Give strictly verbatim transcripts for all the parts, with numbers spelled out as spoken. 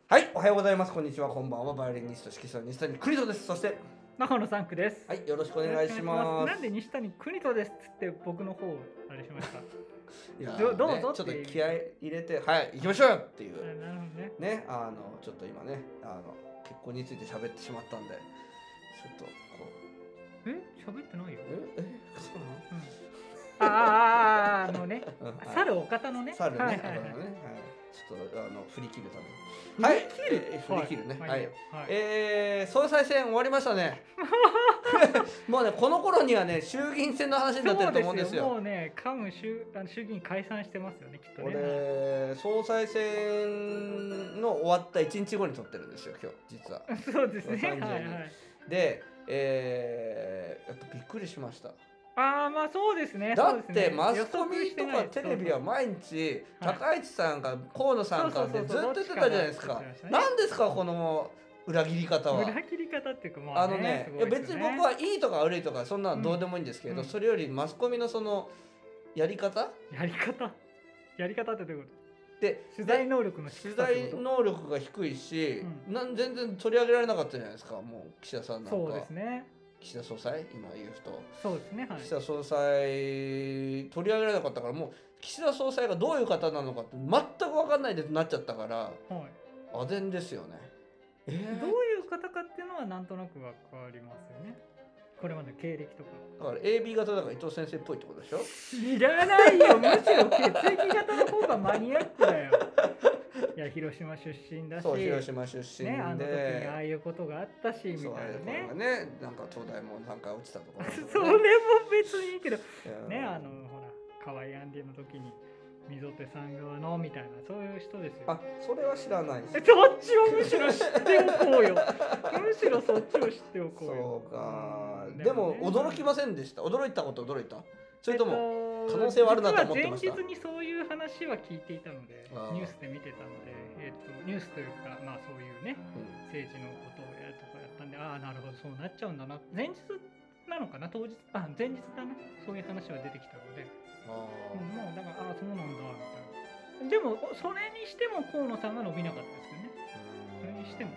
はい、おはようございます。こんにちは、こんばんは。バイオリニスト、指揮者の西谷邦人です。そして、 中野サンクです。 はい、よろしくお願いします。 なんで西谷邦人ですっつって僕の方あれしました。 いやどどうね、 ぞちょっとっていう気合い入れて、はい、行きましょうよっていう。 あなるほどね。 ね、あの、ちょっと今ね、あの、結婚について喋ってしまったんで、ちょっとこう。 え喋ってないよ。 え、え、そうなの？ うん、ああああのね、 うん、はい去るお方のね。 去るね、 はいはいはい。 あのね、はい。ちょっとあの振り切るために。はい、 振り切る、 えー振り切るね。 はいはい。 はいはい、 えー、総裁選終わりましたね。もうね、この頃にはね、衆議院選の話になってると思うんですよ。 もうね、カム衆あの衆議院解散してますよね、きっとね。 俺、総裁選の終わったいちにちごに撮ってるんですよ、今日、実は。 そうですね。はいさんじゅうにはい。 で、えー、やっぱびっくりしました。 ああまあそうですね。 だっそうですねてマスコミとかテレビは毎日高市さんが河野さんかってずっと言ってたじゃないですか。何ですかこの裏切り方は。 裏切り方っていうかまああのね、いや別に僕はいいとか悪いとかそんなのどうでもいいんですけど、それよりマスコミのそのやり方やり方やり方ってどういうことで、 取材能力の取材能力が低いし、なん全然取り上げられなかったじゃないですか。もう岸田さんなんか。 そうですね。 岸田総裁今言う人。 そうですね、はい、 岸田総裁取り上げられなかったから、もう岸田総裁がどういう方なのかって全く分かんないでなっちゃったから、はい、あぜんですよね、 えー、どういう方かっていうのはなんとなく分かりますよね。これまで経歴とかだから エービー 型だから伊藤先生っぽいってことでしょ。 知らないよ、むしろ血液型の方がマニアックだよ。いや広島出身だし、 そう広島出身で、ね、 あの時にああいうことがあったしみたいなね。 ね、なんか東大もなんか落ちたところ、ね、 それも別にいいけどね、あのほら河合アンディの時に溝手さん側のみたいなそういう人ですよ。 あ、それは知らないです。 そっちをむしろ知っておこうよ。むしろそっちを知っておこうよ。 そうか。でも驚きませんでした。驚いたこと驚いた。それとも可能性はあるなと思ってました。 前日にそういう話は聞いていたので、ニュースで見てたので、えっとニュースというかまあそういうね、政治のことをやるとかやったんで、ああなるほどそうなっちゃうんだな。前日なのかな、当日あ前日だな、そういう話は出てきたので、あもうだからああそうなんだみたいな。でもそれにしても河野さんが伸びなかったですよね。それにしても、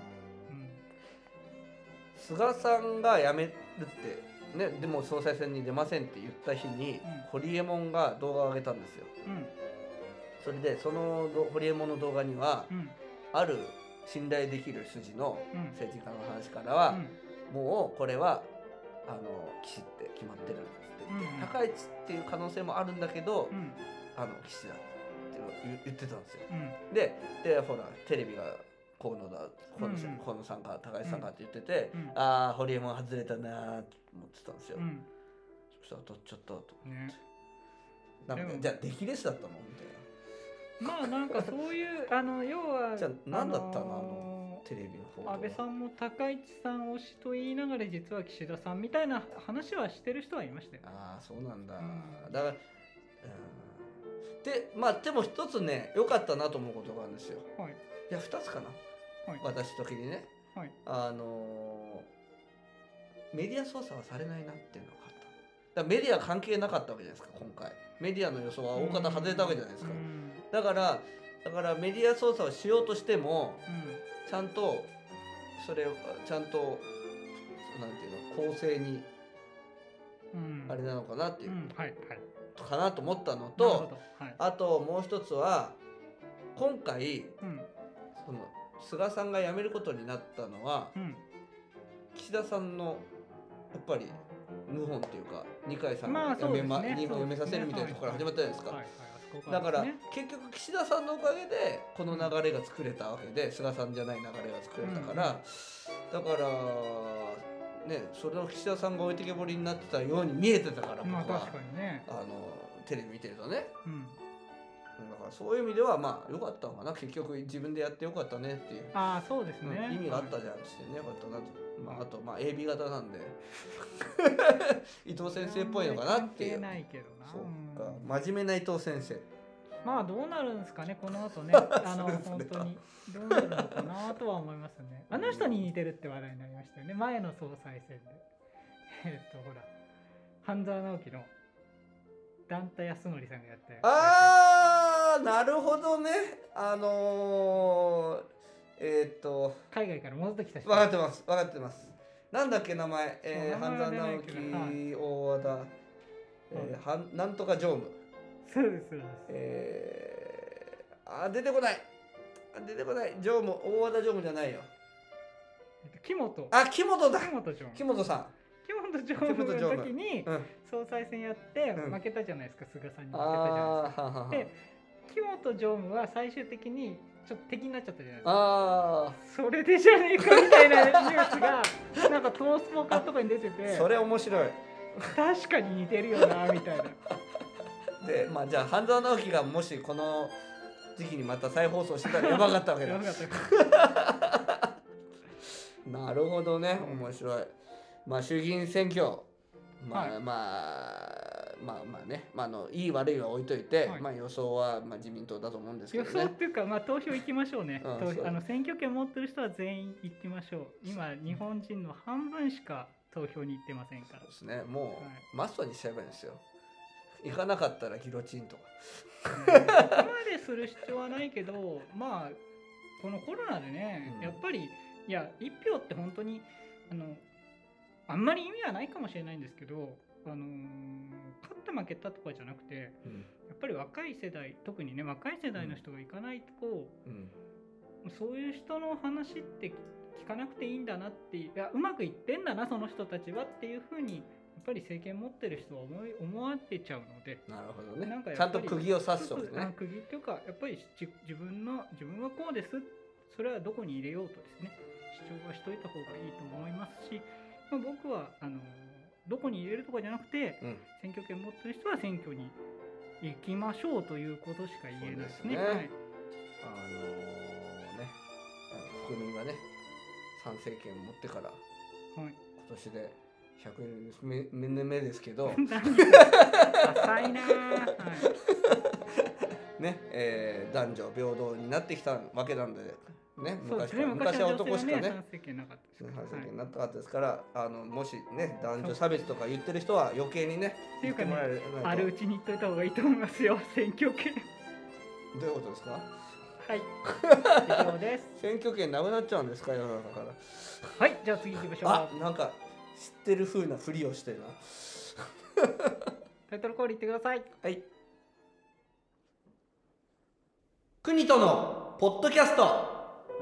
うん、菅さんが辞めるってね、でも総裁選に出ませんって言った日に、うん、ホリエモンが動画を上げたんですよ、うん、それでそのホリエモンの動画には、うん、ある信頼できる筋の政治家の話からは、うん、もうこれはあの岸って決まってるんですって言って、うん、高市っていう可能性もあるんだけど、うん、あの岸だって言ってたんですよ、うん、で, でほらテレビが河野だ河野さん、うん、河野さんか高市さんかって言ってて、うん、ああホリエモン外れたなって思ってたんですよ、うん、そしたら取っちゃったと思って、ね、なんかじゃあ出来レースだったのみたいな。まあなんかそういうあの要はじゃあ何だったの、あのテレビの方安倍さんも高市さん推しと言いながら実は岸田さんみたいな話はしてる人はいましたよ。 ああそうなんだ、うん、だから、うん、でまあでも一つね良かったなと思うことがあるんですよ、はい、いやふたつかな、はい、私時にね、はい、あのー、メディア操作はされないなっていうのがあった。だからメディア関係なかったわけじゃないですか今回。メディアの予想は大方外れたわけじゃないですか。だからだからメディア操作をしようとしても、うん、ちゃんとそれをちゃんとなんていうの公正に、うん、あれなのかなっていう、うん、はいはい、かなと思ったのと、はい、あともう一つは今回、うん、その菅さんが辞めることになったのは、うん、岸田さんのやっぱり謀反っていうか二階さんが辞め、まあね、日本を辞めさせるみたいなところから始まったじゃないですか、はいはいはい、だから結局岸田さんのおかげでこの流れが作れたわけで、菅さんじゃない流れが作れたから、うん、だからねそれを岸田さんが置いてけぼりになってたように見えてたから僕は、まあ確かにね、あのテレビ見てるとね、うん、だからそういう意味ではまあ良かったのかな、結局自分でやってよかったねっていう、 あそうですね、 うん、意味があったじゃんってね、よかったなと、まあ、あとまあ エービー 型なんで伊藤先生っぽいのかなっていう。 ないけどな、 そうか、真面目な伊藤先生。 まあどうなるんですかねこの後ねあの本当にどうなるのかなとは思いますね。あの人に似てるって話題になりましたよね、前の総裁選で。えっとほら半沢直樹の段田康則さんがやったやつ。 あーなるほどね、あのー、 えー、っと海外から戻ってきた人。 分かってます分かってます。なんだっけ名前、えー、半沢直樹、大和田、えー、はなんとか常務。 そうですそうです。 えー、あ出てこない出てこない常務大和田常務じゃないよ。 木本。 あ木本だ。 木本常務。 木本さん。 木本常務の時に総裁選やって負けたじゃないですか、菅さんに負けたじゃないですか。で木本常務は最終的にちょっと敵になっちゃったじゃないですか。ああ。それでじゃねえかみたいなニュースがなんかトースポカとかに出てて。 それ面白い。 確かに似てるよなみたいな。 でまあじゃあ半沢直樹がもしこの時期にまた再放送してたらやばかったわけだ。なるほどね、面白い。まあ衆議院選挙、まあ、はい、まあまあまあね、まあ、あのいい悪いは置いといて、はい、まあ予想はまあ自民党だと思うんですけどね。 予想っていうか、まあ、投票行きましょうね。うん、あの選挙権持ってる人は全員行きましょう。今日本人の半分しか投票に行ってませんから。 そうですね、もう、はい、マストにしちゃえばいいんですよ。行かなかったらギロチンとか。 そこまでする必要はないけど、まあこのコロナでね、うん、やっぱりいや一票って本当にあのあんまり意味はないかもしれないんですけど、あのー、勝った負けたとかじゃなくて、うん、やっぱり若い世代、特にね若い世代の人が行かないと、うん、そういう人の話って聞かなくていいんだなって、いやうまくいってんだなその人たちはっていうふうにやっぱり政権持ってる人は思い思われちゃうので。 なるほどね。なんかちゃんと釘を刺すとね。 釘っていうかやっぱり自分の自分はこうです、それはどこに入れようとですね、主張はしといた方がいいと思いますし、まあ、僕はあのどこに入れるとかじゃなくて、うん、選挙権持ってる人は選挙に行きましょうということしか言えないですね。はい、あのー、ね、 国民がね参政権を持ってから、はい、今年でひゃくねんめですけど浅いな、はいねえー、男女平等になってきたわけなんで。ね、昔から、昔は男しかね、 参政権なかったですから、 参政権なかったですから、あのもしね男女差別とか言ってる人は余計にねっていうかね、あるうちに言っといた方がいいと思いますよ。選挙権どういうことですか。 はい以上です。 選挙権なくなっちゃうんですか、世の中から。 はい、じゃあ次行きましょう。 あ、なんか知ってる風なふりをしてるなタイトルコール言ってください。 はい。国とのポッドキャスト。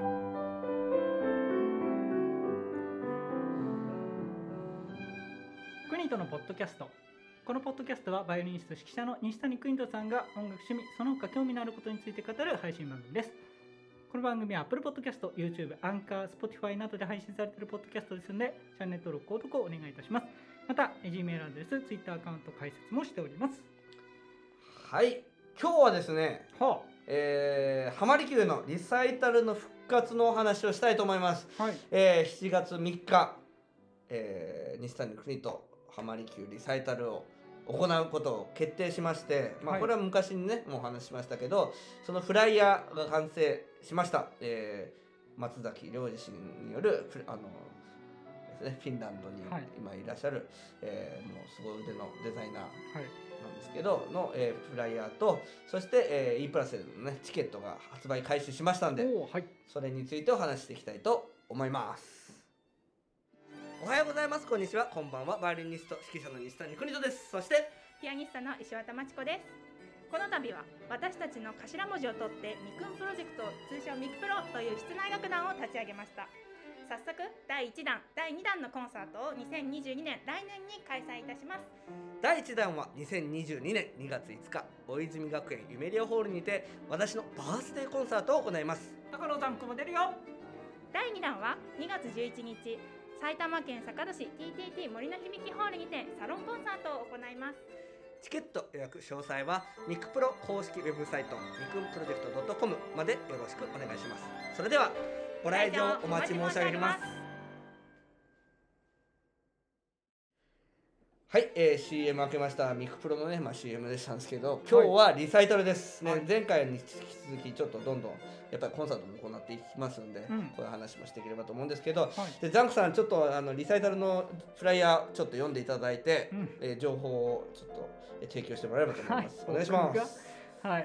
国とのポッドキャスト。このポッドキャストはバイオリニスト指揮者の西谷邦人さんが音楽趣味その他興味のあることについて語る配信番組です。この番組は Apple Podcast、YouTube、Anchor、Spotify などで配信されているポッドキャストですので、チャンネル登録、購読をお願いいたします。また Gmail アドレス、Twitter アカウント開設もしております。 はい、今日はですね、はあえー、浜離宮のリサイタルの復活のお話をしたいと思います。はい、えー、しちがつみっか、えー、西谷邦人浜離宮リサイタルを行うことを決定しまして、まあ、これは昔にね、はい、もうお話ししましたけど、そのフライヤーが完成しました。えー、松崎良二氏によるあのですね、フィンランドに今いらっしゃる、はい、えー、もうすごい腕のデザイナー、はいなんですけどの、えー、フライヤーと、そして、えー、E プラスのねチケットが発売開始しましたんで、はい、それについてお話していきたいと思います。おはようございます、こんにちは、こんばんは。バイオリニスト指揮者の西谷邦人です。そしてピアニストの石渡真知子です。この度は私たちの頭文字を取ってミクンプロジェクト、通称ミクプロという室内楽団を立ち上げました。早速だいいちだんだいにだんのコンサートをにせんにじゅうにねん来年に開催いたします。 だいいちだんはにせんにじゅうにねんにがついつか大泉学園ユメリアホールにて私のバースデーコンサートを行います。 高野さんも出るよ。 だいにだんはにがつじゅういちにち埼玉県坂戸市 ティーティーティー 森の響ホールにてサロンコンサートを行います。 チケット予約詳細はミクプロ公式ウェブサイトミクンプロジェクト .com までよろしくお願いします。それではご来場お待ち申し上げます。はい、えー、シーエム 開けました。ミクプロのね、まあ、シーエム でしたんですけど、今日はリサイタルですね、はい、前回に引き続きちょっとどんどんやっぱりコンサートも行っていきますので、うん、こういう話もしていければと思うんですけど、はい、でザンクさんちょっとあのリサイタルのフライヤーちょっと読んでいただいて、うん、えー、情報をちょっと提供してもらえればと思います。はい、お願いします。 はい、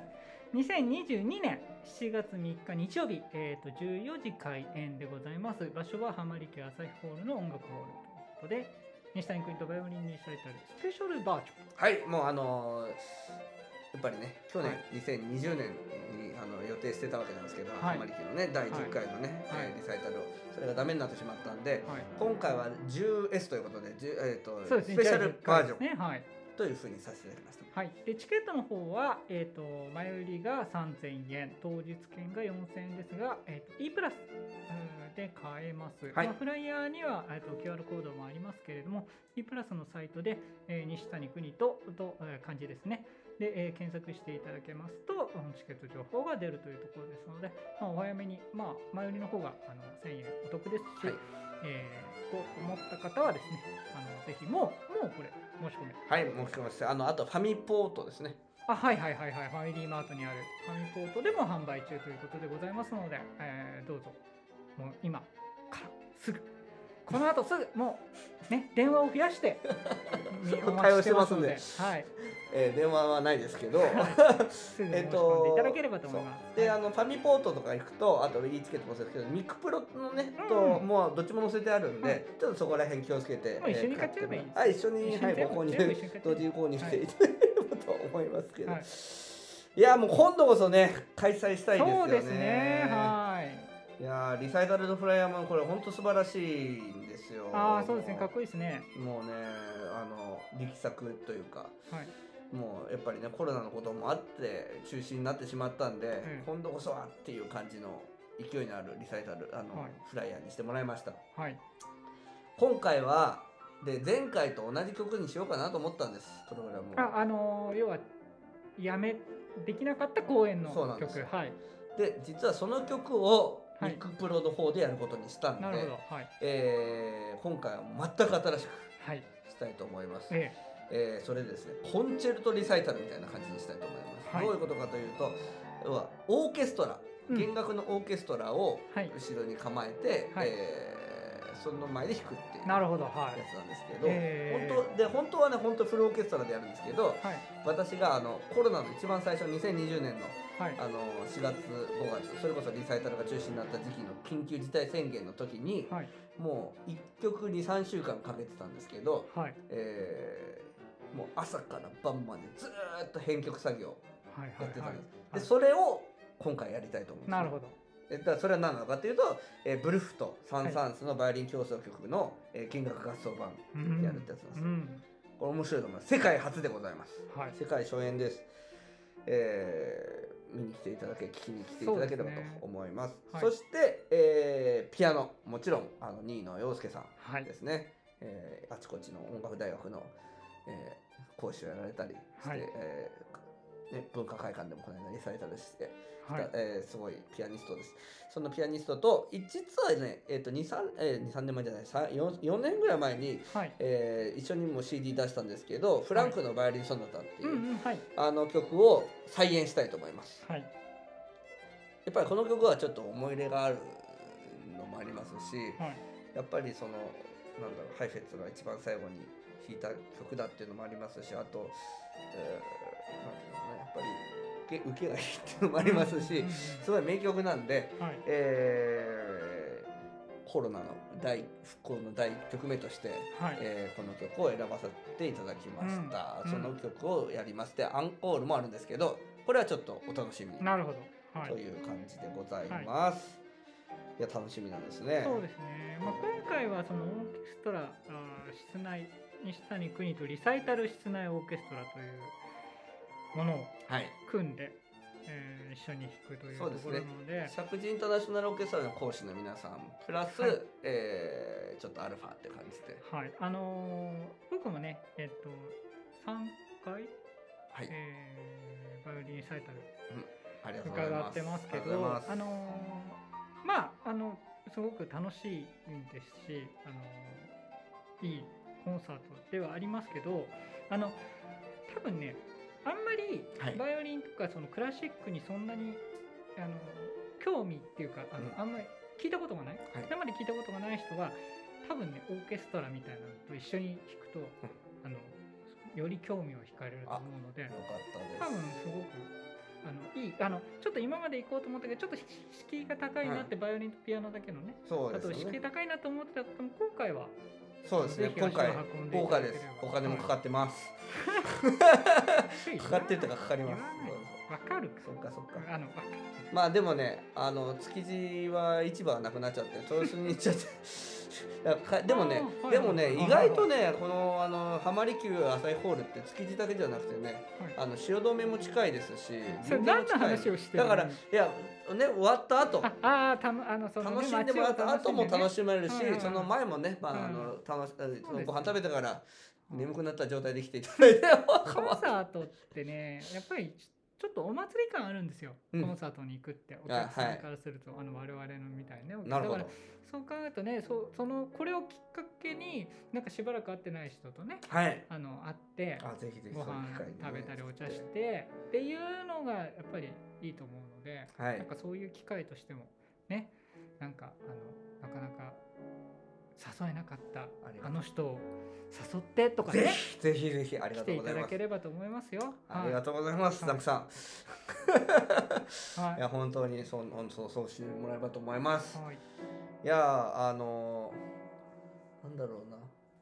にせんにじゅうにねんしちがつみっか日曜日、えー、とじゅうよじ開演でございます。場所は浜離家朝日ホールの音楽ホールということで、西谷君とバイオリンにされたるスペシャルバージョン。 はい、もうあのー、やっぱりね、去年、はい、にせんにじゅうねんにあの予定してたわけなんですけど、はい、浜離家のねだいじゅっかいのね、はい、えー、リサイタルをそれがダメになってしまったんで、はい、今回は じゅうエス ということで、えーとね、スペシャルバージョン、ね、はい、というふうにさせていただきました。 はい、でチケットの方は、えーと、前売りがさんぜんえん、当日券がよんせんえんですが、えーと、E プラスで買えます。はい、まあ、フライヤーには、えーと、キューアール コードもありますけれども、E プラスのサイトで、えー、西谷邦人と、えー、漢字ですね。で、えー、検索していただけますと、チケット情報が出るというところですので、まあ、お早めに、まあ、前売りの方があのせんえんお得ですし、はい、えー、と思った方はですね、あのぜひもう、もうこれ、申し込め。 はい、申し込めます。あの、あとファミポートですね。 あ、はいはいはいはい、ファミリーマートにあるファミポートでも販売中ということでございますので、えー、どうぞ、もう今からすぐ。この後すぐもうね電話を増やして対応してますんで、 はい、 えー、電話はないですけど、はい、 すぐ申し込んでいただければと思います。 で、あのファミポートとか行くと、あと e チケットもそうですけど、ミクプロのね、うん、ともうどっちも載せてあるんで、はい、ちょっとそこら辺気をつけて、 もう一緒に買っちゃえばいいです。 はい、一緒にはいご購入同時購入していただければと思いますけど、はい、いやもう今度こそね開催したいですよね。 そうですね。はい。 いやリサイタルのフライヤーもこれ本当素晴らしいんですよ。 ああそうですね、かっこいいですね。 もうねあの力作というか、 はい、 もうやっぱりねコロナのこともあって中止になってしまったんで、うん、今度こそはっていう感じの勢いのあるリサイタルあの、はい、フライヤーにしてもらいました。 はい、 今回はで前回と同じ曲にしようかなと思ったんです。プログラムを。 ああのー、要はやめできなかった公演の曲。 そうなんです。 はい。 で実はその曲をミックプロの方でやることにしたんで、はい、 なるほど、はい、 えー、今回は全く新しくしたいと思います。はい、ええー、それですねコンチェルトリサイタルみたいな感じにしたいと思います。はい、どういうことかというと要はオーケストラ、うん、弦楽のオーケストラを後ろに構えて、はい、えーその前で弾くっていうやつなんですけど、えー、本当で本当はね本当フルオーケストラでやるんですけど、はい、私があのコロナの一番最初にせんにじゅうねんの、はい、あのしがつごがつそれこそリサイタルが中止になった時期の緊急事態宣言の時に、はい、もういっきょくにさんしゅうかんかけてたんですけど、はい、えー、もう朝から晩までずーっと編曲作業やってたんです。でそれを今回やりたいと思います。 なるほど。 だからそれは何なのかというと、えー、ブルフとサン・サンスのバイオリン協奏曲の、えー、弦楽合奏版でやるってやつなんです、うんうん、これ面白いと思います。世界初でございます、はい、世界初演です、えー、見に来ていただけ聞きに来ていただければと思います。 そ, す、ねはい、そして、えー、ピアノもちろんあの新野陽介さんですね、はい、えー、あちこちの音楽大学の、えー、講師をやられたりして、はい、えーね、文化会館でもこの間リサイタルしてはい、えー、すごいピアニストです。そのピアニストと実はね、えー、と にさん、えー、にさんねんまえじゃない 4, 4年ぐらい前に、はい、えー、一緒にも シーディー 出したんですけど、フランクのバイオリンソナタっていう、はい、うんうんはい、あの曲を再演したいと思います、はい、やっぱりこの曲はちょっと思い入れがあるのもありますし、はい、やっぱりそのなんだろうハイフェッツが一番最後に弾いた曲だっていうのもありますし、あと、えー、なんていうのかな、やっぱり受けがいいっていうのもありますし、すごい名曲なんで、はい、えー、コロナの大復興の第いっきょくめとして、はい、えー、この曲を選ばせていただきました、うん、その曲をやりましてアンコールもあるんですけど、これはちょっとお楽しみに、 なるほど、はい、 という感じでございます、はい、いや楽しみなんですね。 そうですね、まあ、今回はそのオーケストラ室内西谷邦人リサイタル室内オーケストラというものを組んで、はい、えー、一緒に弾くというところなので、 石神井インターナショナルオーケストラの講師の皆さんプラス、はい、えー、ちょっとアルファって感じで、 はい、あのー、僕もね、えっとさんかい、はい、えー、バイオリンリサイタル、うん、伺ってますけど、あ、あのー、まああのすごく楽しいですし、あのー、いいコンサートではありますけど、あの多分ねあんまりバイオリンとかそのクラシックにそんなにあの興味っていうか あの、うん、あんまり聞いたことがない、はい、今まで聞いたことがない人は多分ねオーケストラみたいなのと一緒に弾くと、うん、あのより興味を惹かれると思うので、よかったです。多分すごくあのいいあのちょっと今まで行こうと思ったけどちょっと敷居が高いなって、はい、バイオリンとピアノだけのね、 そうですね、 あと敷居高いなと思ってたことも今回はそうですね、今回豪華です。お金もかかってます。かかってるとかかかります。 わかる。 そっかそっか。 あのまあでもね、あの築地は市場はなくなっちゃって豊洲に行っちゃってでもね、でもね、意外とね、このあの浜離宮朝日ホールって築地だけじゃなくてね、あの汐留も近いですし、 何の話をしてるだからいやね、終わった後、 ああたあのその楽しんでもらった後も楽しめるし、その前もね、まああの楽しそのご飯食べてから眠くなった状態で来ていただいて、 コンサートってね、やっぱりちょっとお祭り感あるんですよ、うん、コンサートに行くってお客さんからすると、あ、はい、あの我々のみたいね。 なるほど。 だからそう考えるとね、そそのこれをきっかけになんかしばらく会ってない人とね、 はい、 あの会ってあぜひぜひご飯食べたりお茶してっていうのがやっぱりいいと思うので、はい、なんかそういう機会としてもね、なんかあのなかなか誘えなかったあの人を誘ってとかね、 ぜひぜひぜひありがとうございます。来ていただければと思いますよ。 ありがとうございます、ザクさん。はい、いや本当にそうそうそうしてもらえばと思います。はい、いやあのなんだろうな。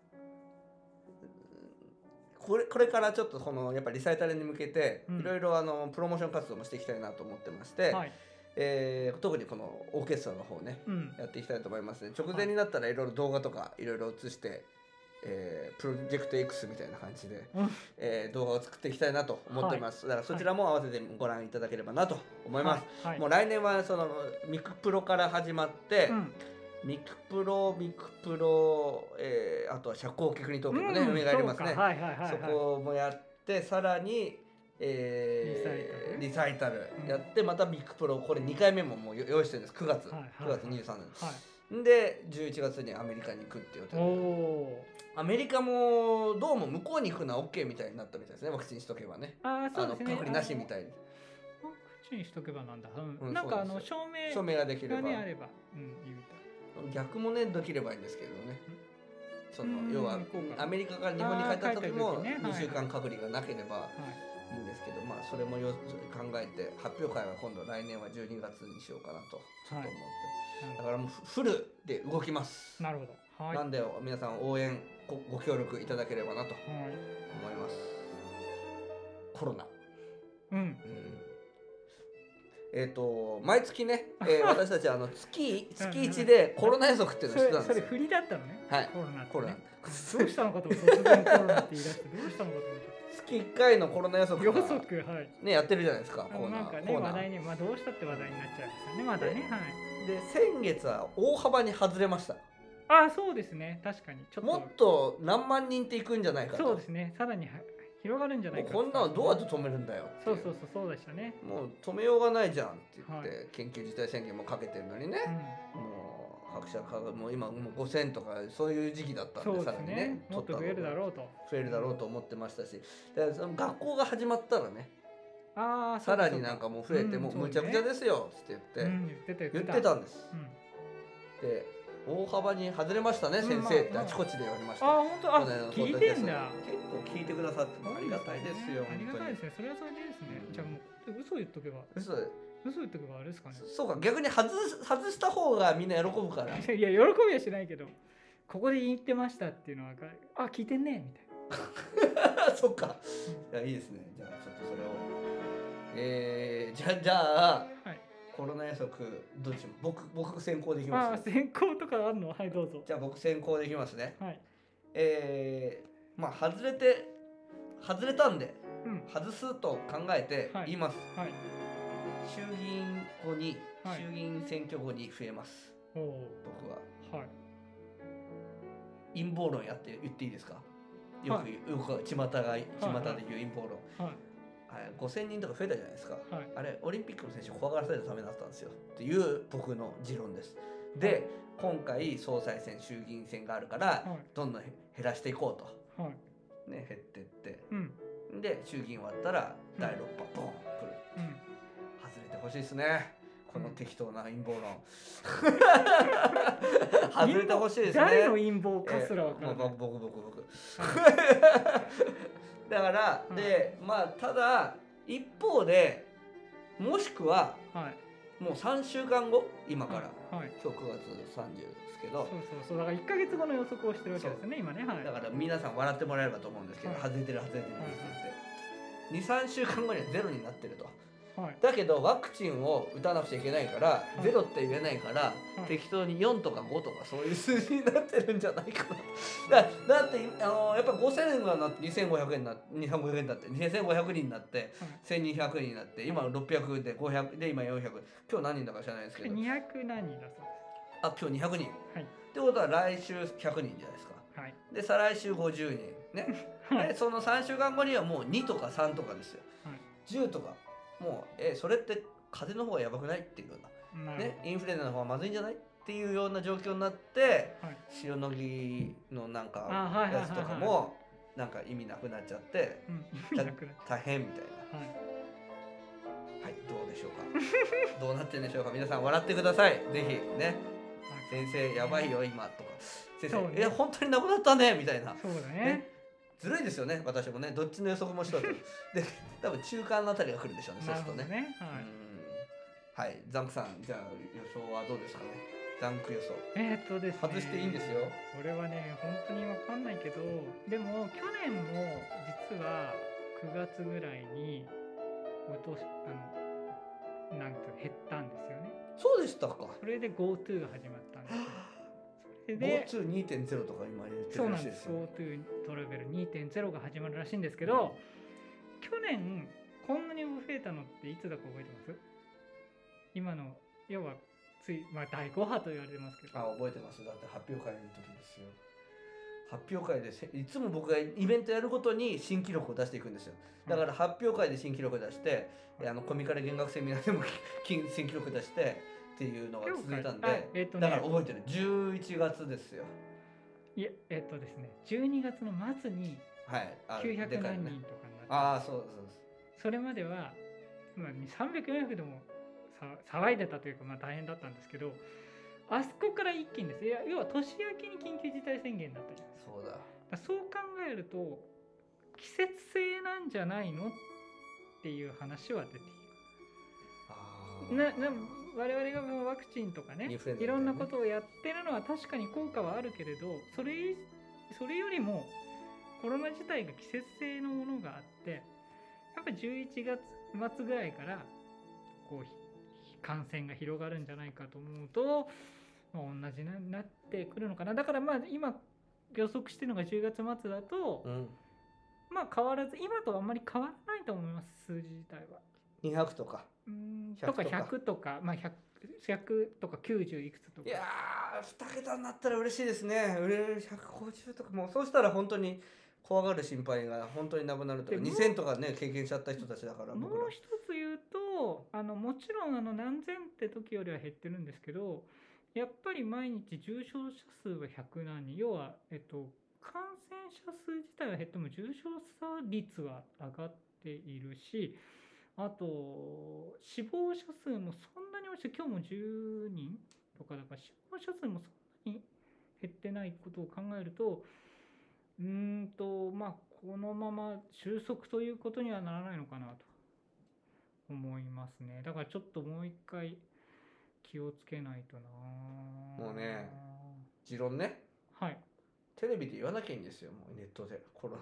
これこれからちょっとこのやっぱリサイタルに向けていろいろあのプロモーション活動もしていきたいなと思ってまして。はい、えー、特にこのオーケストラの方ね、うん、やっていきたいと思いますね。直前になったらいろいろ動画とかいろいろ映して、えー、プロジェクト X みたいな感じで、うん、えー、動画を作っていきたいなと思ってます。はい、だからそちらも合わせてご覧いただければなと思います。はいはい、もう来年はそのミクプロから始まって、うん、ミクプロミクプロ、えー、あとは社交曲にトークもね、うん、蘇りますね。そこもやってさらにえー、リサイタルやってまたビッグプロこれにかいめももう用意してるんです。くがつ、はい、くがつにじゅうさんにち、はい、でじゅういちがつにアメリカに行くっていう予定で、アメリカもどうも向こうに行くのは OK みたいになったみたいですね。ワクチンしとけばね、 あそうですね、 あの隔離なしみたいにワクチンしとけばなんだ、うんうん、なんかあの証明証明ができれば、 ね、あれば、うん、いいみたい。 逆もねできればいいんですけどね、その要はアメリカから日本に帰った時もにしゅうかん隔離がなければ、はいいいんですけど、まあそれもよ考えて発表会は今度来年はじゅうにがつにしようかなとちょっと思って、はい、だからもうフルで動きます。 なるほど、はい、 なんで皆さん応援 ご, ご協力いただければなと思います。はい、コロナ、うん、うん、えっ、ー、と毎月ね、えー、私たちあの月月いちでコロナ予測っていうのをしてたんですよ。 それ振りだったのね。 はい。 コロナって、ね、 コロナ。 どうしたのかと突然コロナって言い出してどうしたのかと思って。 月いっかいのコロナ予測予測、はい、 ねやってるじゃないですか。 コーナーなんかね話題に、まあどうしたって話題になっちゃうんですよね、まだね。はい。 で先月は大幅に外れました。 ああそうですね、確かにちょっともっと何万人っていくんじゃないかと。 そうですね、さらに広がるんじゃないか。 こんなのどうやって止めるんだよ。 そうそうそうそうでしたね。 もう止めようがないじゃんって言って、はい、緊急事態宣言もかけてるのにね、うん、もう拍車かもう今もうごせんとかそういう時期だったん で, で、ね、さらにねもっと増えるだろうと増えるだろうと思ってましたし、でその学校が始まったらね、 あさらになんかもう増えて、うん、もうむちゃくちゃですよって言って、うん、言って言ってたんです、うん、で大幅に外れましたね、うん、先生ってあちこちで言われました。 あ本当、あ聞いてんだ。 結構聞いてくださってありがたいですよ。 ありがたいですね。それはそれでですね。じゃあもう嘘言っとけば。 嘘嘘言っとけばあれですかね。 そうか、逆に外す外した方がみんな喜ぶから。いや喜びはしないけど、ここで言ってましたっていうのはあ聞いてんねみたいな。そっか。いやいいですね。じゃあちょっとそれをえー、じゃあじゃあ。はい。コロナ予測どっちも僕僕先行でいきます。 あ先行とかあるの、はいどうぞ。 じゃあ僕先行でいきますね。 はい。 えー、まあ外れて外れたんで、うん、外すと考えて言います。はい。はい、衆議院後に、はい、衆議院選挙後に増えます。お僕は。はい。陰謀論やって言っていいですか。よく、はい、よく巷が巷で言う陰謀論。はい。ごせんにんとか増えたじゃないですか、はい、あれオリンピックの選手を怖がらせるためだったんですよっていう僕の持論です。で、はい、今回総裁選衆議院選があるから、はい、どんどん減らしていこうと、はいね、減ってって、うん、で衆議院終わったらだいろっぱボーン来る、うん、外れてほしいですねこの適当な陰謀論、うん、外れてほしいですね。 誰の陰謀かすら分からない、 えー、僕僕僕僕だから、はい、でまあただ一方でもしくは、 はい、 もうさんしゅうかんご今から、 はい、 今日くがつさんじゅうですけど、 そうそうそう、だからいっかげつごの予測をしてるわけですよね今ね、はい、 だから皆さん笑ってもらえればと思うんですけど、はい、外れてる外れてるって言って、はいはい、にさんしゅうかんごにはゼロになってると、はい、だけどワクチンを打たなくちゃいけないから、はい、ゼロって言えないから、はい、適当によんとかごとかそういう数字になってるんじゃないかなだ, だってあのやっぱごせんえんがなってにせんごひゃくえんになってにせんごひゃくえんになってにせんごひゃくにんになって、はい、せんにひゃくにんになって今ろっぴゃくでごひゃくで今よんひゃく、今日何人だか知らないですけどにひゃく何人だそうです。 あ、今日にひゃくにん、はい、ってことは来週ひゃくにんじゃないですか、はい、で再来週ごじゅうにんね、はい、でそのさんしゅうかんごにはもうにとかさんとかですよ、はい、じゅうとかもうえそれって風邪の方がやばくないっていうような、ね、インフルエンザの方がまずいんじゃないっていうような状況になって、はい、塩野義のなんかやつとかもなんか意味なくなっちゃって、うん、大変みたいな、はい、はい、どうでしょうかどうなってるんでしょうか、皆さん笑ってくださいぜひね、先生やばいよ今とか、先生、ね、え本当になくなったねみたいな、 そうだね、 ね、ずるいですよね私もね、どっちの予測もしとるで多分中間のあたりが来るでしょうね、そうするとね、ね、はい、はい、ザンクさんじゃあ予想はどうですかね、ザンク予想えー、っとですね外していいんですよ、 これはね本当に分かんないけど、でも去年も実はくがつぐらいに落としあのなんと減ったんですよね。 そうでしたか。 それで GoTo が始まったんですよ。それで ゴーツーにてんゼロ とか今言ってるらしいですよ、ね、 そうなんです。 GoTo トラベル にてんゼロ が始まるらしいんですけど、うん、去年こんなに増えたのっていつだか覚えてます？今の要はつい、まあ、だいご波と言われてますけど。 あ、覚えてます。だって発表会の時ですよ。発表会でいつも僕がイベントやるごとに新記録を出していくんですよ。だから発表会で新記録を出して、うん、あのコミカル弦楽セミナーでも新記録出してっていうのが続いたんで、えーとね、だから覚えてるじゅういちがつですよ。 いやえっ、ー、とですねじゅうにがつの末にきゅうひゃく何人とかになって、 はい、ああそうそうそそれまでは、まあ、さんびゃくよんひゃくでも騒いでたというか、まあ、大変だったんですけど、あそこから一気にです。いや要は年明けに緊急事態宣言だったじゃないですか。 そうだ。 そう考えると季節性なんじゃないのっていう話は出ている。なな我々がもうワクチンとかね、ねいろんなことをやってるのは確かに効果はあるけれど、それそれよりもコロナ自体が季節性のものがあって、やっぱりじゅういちがつ末ぐらいからこう感染が広がるんじゃないかと思うと、まあ、同じになってくるのかな。だからまあ今予測してるのがじゅうがつ末だと、うん、まあ変わらず今とあんまり変わらないと思います。数字自体はにひゃくとかうんとかひゃくとか、まあ、ひゃく, ひゃくとかきゅうじゅういくつとか。 いやーに桁になったら嬉しいですね。売れるひゃくごじゅうとか、もうそうしたら本当に怖がる心配が本当になくなるとか、にせんとかね経験しちゃった人たちだから。 もう一つ言うと、あのもちろんあの何千って時よりは減ってるんですけど、やっぱり毎日重症者数はひゃくなんにん、要は、えっと、感染者数自体は減っても重症者率は上がっているし、あと死亡者数もそんなに落ちて、今日もじゅうにんとかだから死亡者数もそんなに減ってないことを考えると、うーんとまあこのまま収束ということにはならないのかなと思いますね。だからちょっともう一回気をつけないとな。 もうね、持論ね、 はい、 テレビで言わなきゃいいんですよ。もうネットでコロナ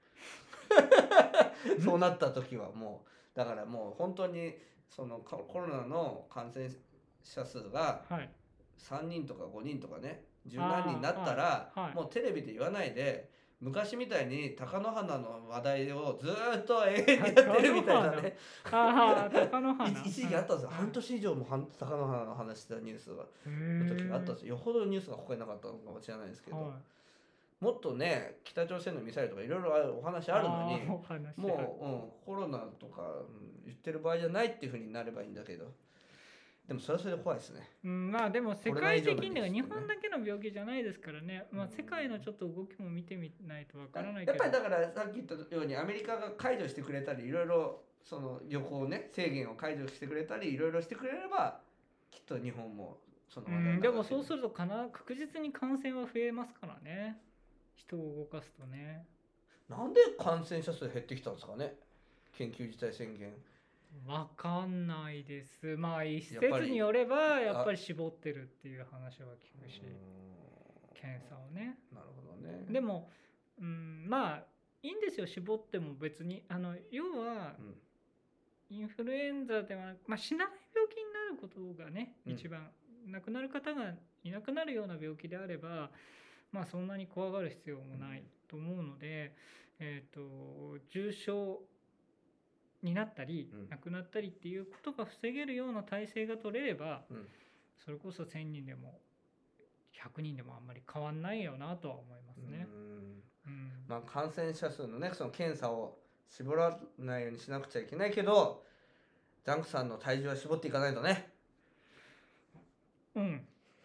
ってそうなった時はもうだからもう本当にそのコロナの感染者数がさんにんとかごにんとかね、じゅう何人になったら、はいはい、もうテレビで言わないで、昔みたいに貴乃花の話題をずっと永遠にやってるみたいなね。 ああ、貴乃花。 一時期あったんですよ。半年以上も貴乃花の話したニュースがの時があったんですよ。よほどニュースが他になかったのかもしれないですけど、はい、もっとね、北朝鮮のミサイルとかいろいろお話あるのに、もう、うん、コロナとか、うん、言ってる場合じゃないっていう風になればいいんだけど。でもそれはそれで怖いですね。 うん、まあでも世界的には日本だけの病気じゃないですからね。まあ世界のちょっと動きも見てみないとわからないけど。 やっぱりだからさっき言ったようにアメリカが解除してくれたり、いろいろその旅行ね制限を解除してくれたりいろいろしてくれればきっと日本もその話題になる。 でもそうするとかな確実に感染は増えますからね。人を動かすとね。 なんで感染者数減ってきたんですかね。緊急事態宣言わかんないです。まあ一説によればやっぱり絞ってるっていう話は聞くし、検査をね。 なるほどね。 でも、うん、まあいいんですよ、絞っても別に。あの要は、うん、インフルエンザでは、まあ、死なない病気になることがね、うん、一番亡くなる方がいなくなるような病気であれば、まあ、そんなに怖がる必要もないと思うので、えーと、重症になったり、うん、亡くなったりっていうことが防げるような体制が取れれば、うん、それこそせんにんでもひゃくにんでもあんまり変わんないよなとは思いますね。 うん、うん、まあ、感染者数のね、その検査を絞らないようにしなくちゃいけないけど、ザンクさんの体重は絞っていかないとね。 うん。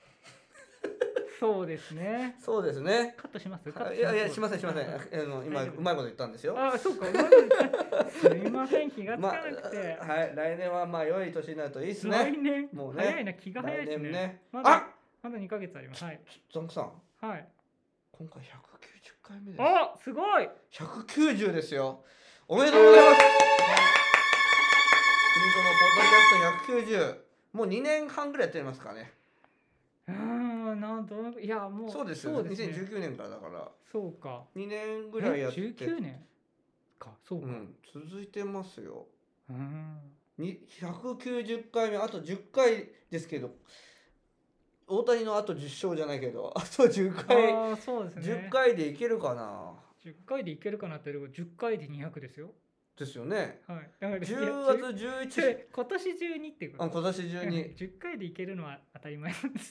そうですね。 そうですね。 カットします？ カットします？いやいや、しませんしません。あの今うまいこと言ったんですよ。 あ、そうか。うまいこと言った。すみません、気がつかなくて。 まあ、はい、来年はまあ良い年になるといいですね。 来年もうね。早いな、気が早いですね。 ねまだあ、まだにかげつあります。はい。 ザンクさん。 はい。 今回ひゃくきゅうじゅっかいめです。 あ、すごい。 ひゃくきゅうじゅうですよ。おめでとうございます。国とのポッドキャストひゃくきゅうじゅう、もうにねんはんぐらいやってますからね。 うーん、なんといやもうそうですよ。そうですね、にせんじゅうきゅうねんからだから。 そうか。 にねんぐらいやって。 じゅうきゅうねんか、そうか。うん、 続いてますよ。 うん。 にひゃくきゅうじゅっかいめ、あとじゅっかいですけど。大谷のあとじゅっしょうじゃないけど、あとじゅっかい。 ああ、そうですね。 じゅっかいでいけるかな。 じゅっかいでいけるかなってじゅっかいでにひゃくですよ。 ですよね。 はい。だからじゅうがつじゅういちにち。 今年中にっていうこと。 あ、今年中に。 じゅっかいでいけるのは当たり前なんです。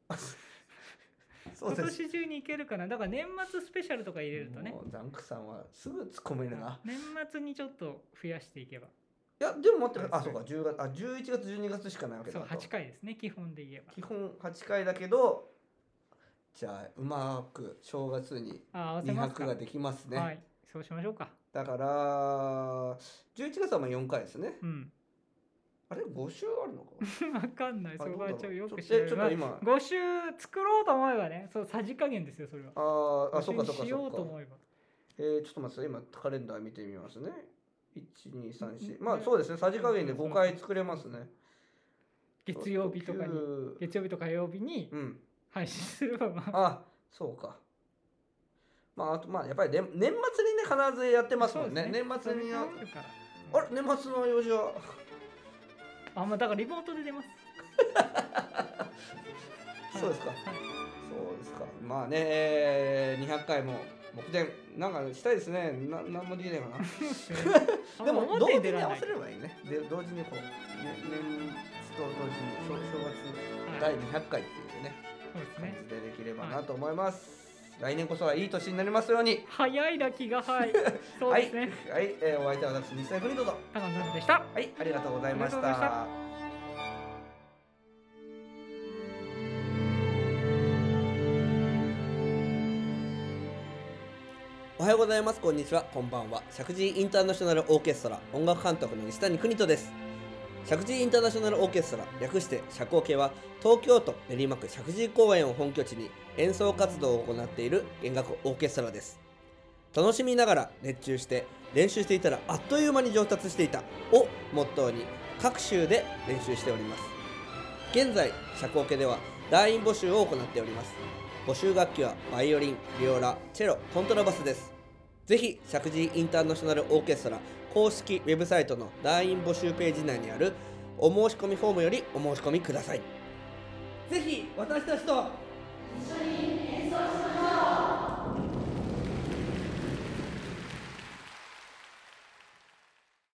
そうです。 今年中にいけるかな。だから年末スペシャルとか入れるとね。 もうザンクさんはすぐ突っ込めるな。 年末にちょっと増やしていけば。 いやでも待って、あ、そうか、じゅうがつ、あ、じゅういちがつじゅうにがつしかないわけだと。 そう、はちかいですね、基本で言えば。 基本はちかいだけど、じゃあうまく正月ににひゃくができますね。 はい、そうしましょうか。 だからじゅういちがつはまあよんかいですね。 うん。 あれご週あるのか。 わかんない。それはちょっとよく知らない。ちょっと今ご週作ろうと思えばね、そうさじ加減ですよそれは。 ああ、そうかそうかそうか。 しようと思えば。 えー、ちょっと待って、今カレンダー見てみますね。いち、に、さん、よん、まあそうですね、さじ加減でごかい作れますね。 月曜日とかに、月曜日とか火曜日に配信すればまあ。あ、そうか。まああとまあやっぱり年末にね必ずやってますもんね。年末にや。あれ年末の用事は。 あ、まあだからリモートで出ます。 そうですか。そうですか。まあね、にひゃっかいも目前なんかしたいですね。な何もできないかな。でも同時に合わせればいいね。で同時にこう年末と同時に正月だいにひゃっかいっていうね感じでできればなと思います。来年こそはいい年になりますように。 早いな気が早い。そうですね。 はい、はい、えー、お相手は私西谷邦人と高野でした。 はい、ありがとうございました。おはようございます。こんにちは。こんばんは。石神井インターナショナルオーケストラ音楽監督の西谷邦人です。石神井インターナショナルオーケストラ、略して社交系は東京都練馬区石神井公園を本拠地に演奏活動を行っている弦楽オーケストラです。楽しみながら熱中して練習していたらあっという間に上達していたをモットーに各州で練習しております。現在社交系では団員募集を行っております。募集楽器はバイオリン、ビオラ、チェロ、コントラバスです。ぜひ石神井インターナショナルオーケストラ公式ウェブサイトの団員募集ページ内にあるお申し込みフォームよりお申し込みください。ぜひ私たちと一緒に